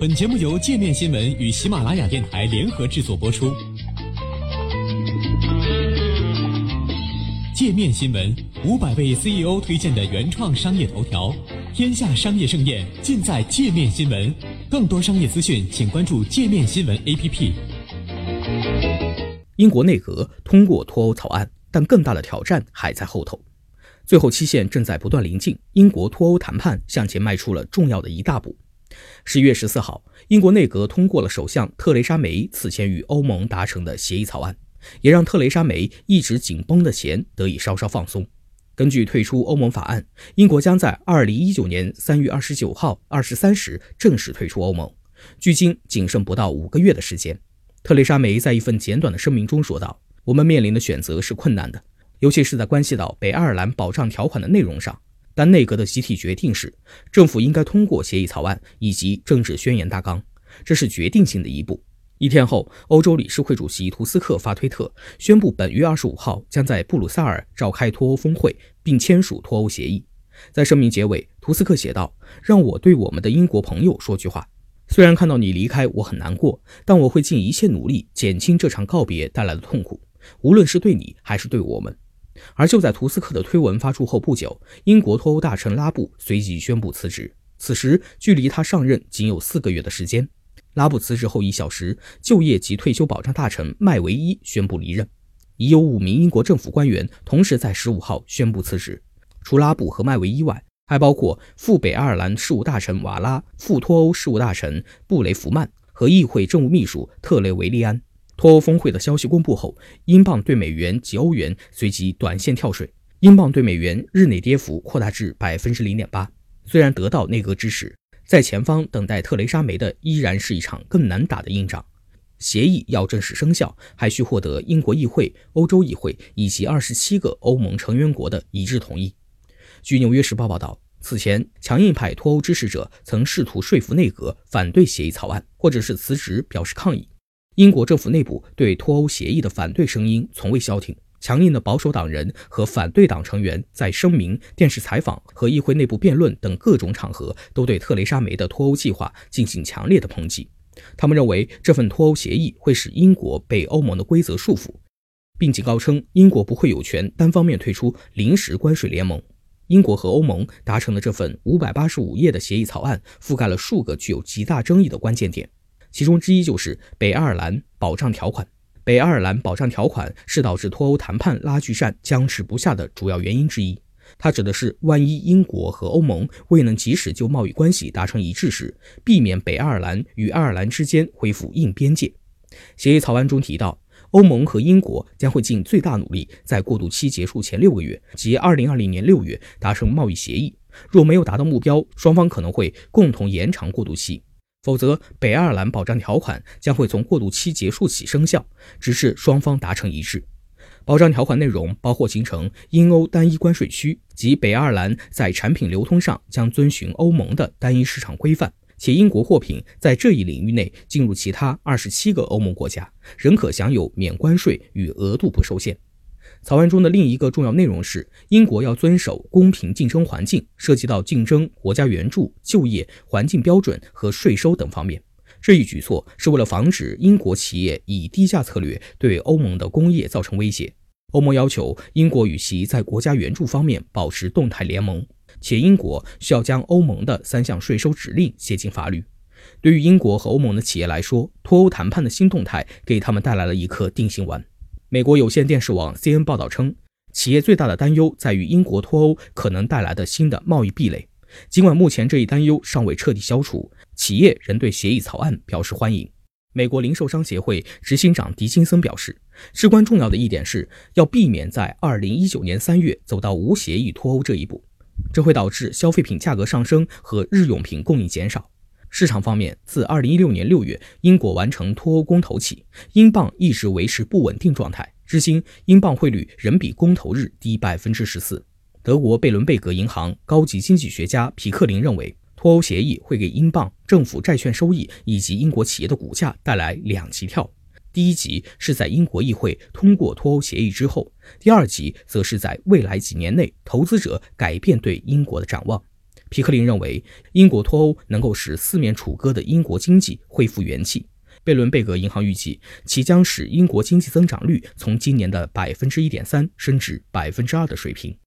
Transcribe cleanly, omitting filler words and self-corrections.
本节目由界面新闻与喜马拉雅电台联合制作播出。界面新闻500位 CEO 推荐的原创商业头条，天下商业盛宴尽在界面新闻。更多商业资讯，请关注界面新闻 APP。 英国内阁通过脱欧草案，但更大的挑战还在后头。最后期限正在不断临近，英国脱欧谈判向前迈出了重要的一大步。11月14号，英国内阁通过了首相特蕾莎梅此前与欧盟达成的协议草案，也让特蕾莎梅一直紧绷的弦得以稍稍放松。根据退出欧盟法案，英国将在2019年3月29号23时正式退出欧盟，距今仅剩不到5个月的时间。特蕾莎梅在一份简短的声明中说道：“我们面临的选择是困难的，尤其是在关系到北爱尔兰保障条款的内容上。但内阁的集体决定是，政府应该通过协议草案以及政治宣言大纲，这是决定性的一步。”一天后，欧洲理事会主席图斯克发推特宣布，本月25号将在布鲁塞尔召开脱欧峰会，并签署脱欧协议。在声明结尾，图斯克写道：“让我对我们的英国朋友说句话，虽然看到你离开我很难过，但我会尽一切努力减轻这场告别带来的痛苦，无论是对你还是对我们。”而就在图斯克的推文发出后不久，英国脱欧大臣拉布随即宣布辞职，此时距离他上任仅有4个月的时间。拉布辞职后1小时，就业及退休保障大臣麦维伊宣布离任，已有5名英国政府官员同时在15号宣布辞职。除拉布和麦维伊外，还包括副北爱尔兰事务大臣瓦拉、副脱欧事务大臣布雷弗曼和议会政务秘书特雷维利安。脱欧峰会的消息公布后，英镑对美元及欧元随即短线跳水，英镑对美元日内跌幅扩大至 0.8%。 虽然得到内阁支持，在前方等待特蕾莎梅的依然是一场更难打的硬仗。协议要正式生效，还需获得英国议会、欧洲议会以及27个欧盟成员国的一致同意。据纽约时报报道，此前强硬派脱欧支持者曾试图说服内阁反对协议草案，或者是辞职表示抗议。英国政府内部对脱欧协议的反对声音从未消停，强硬的保守党人和反对党成员在声明、电视采访和议会内部辩论等各种场合都对特蕾莎梅的脱欧计划进行强烈的抨击。他们认为这份脱欧协议会使英国被欧盟的规则束缚，并警告称英国不会有权单方面退出临时关税联盟。英国和欧盟达成的这份585页的协议草案覆盖了数个具有极大争议的关键点，其中之一就是北爱尔兰保障条款。北爱尔兰保障条款是导致脱欧谈判拉锯战僵持不下的主要原因之一。它指的是万一英国和欧盟未能及时就贸易关系达成一致时，避免北爱尔兰与爱尔兰之间恢复硬边界。协议草案中提到，欧盟和英国将会尽最大努力在过渡期结束前6个月，即2020年6月达成贸易协议。若没有达到目标，双方可能会共同延长过渡期。否则，北爱尔兰保障条款将会从过渡期结束起生效，直至双方达成一致。保障条款内容包括形成英欧单一关税区，即北爱尔兰在产品流通上将遵循欧盟的单一市场规范，且英国货品在这一领域内进入其他27个欧盟国家，仍可享有免关税与额度不受限。草案中的另一个重要内容是，英国要遵守公平竞争环境，涉及到竞争、国家援助、就业、环境标准和税收等方面。这一举措是为了防止英国企业以低价策略对欧盟的工业造成威胁。欧盟要求英国与其在国家援助方面保持动态联盟，且英国需要将欧盟的3项税收指令写进法律。对于英国和欧盟的企业来说，脱欧谈判的新动态给他们带来了一颗定心丸。美国有线电视网 CNN 报道称，企业最大的担忧在于英国脱欧可能带来的新的贸易壁垒。尽管目前这一担忧尚未彻底消除，企业仍对协议草案表示欢迎。美国零售商协会执行长迪金森表示，至关重要的一点是要避免在2019年3月走到无协议脱欧这一步，这会导致消费品价格上升和日用品供应减少。市场方面，自2016年6月英国完成脱欧公投起，英镑一直维持不稳定状态，至今英镑汇率仍比公投日低 14%。德国贝伦贝格银行高级经济学家皮克林认为，脱欧协议会给英镑、政府债券收益以及英国企业的股价带来2级跳。第一级是在英国议会通过脱欧协议之后，第二级则是在未来几年内投资者改变对英国的展望。 皮克林认为，英国脱欧能够使四面楚歌的英国经济恢复元气。贝伦贝格银行预计，其将使英国经济增长率从今年的 1.3% 升至 2% 的水平。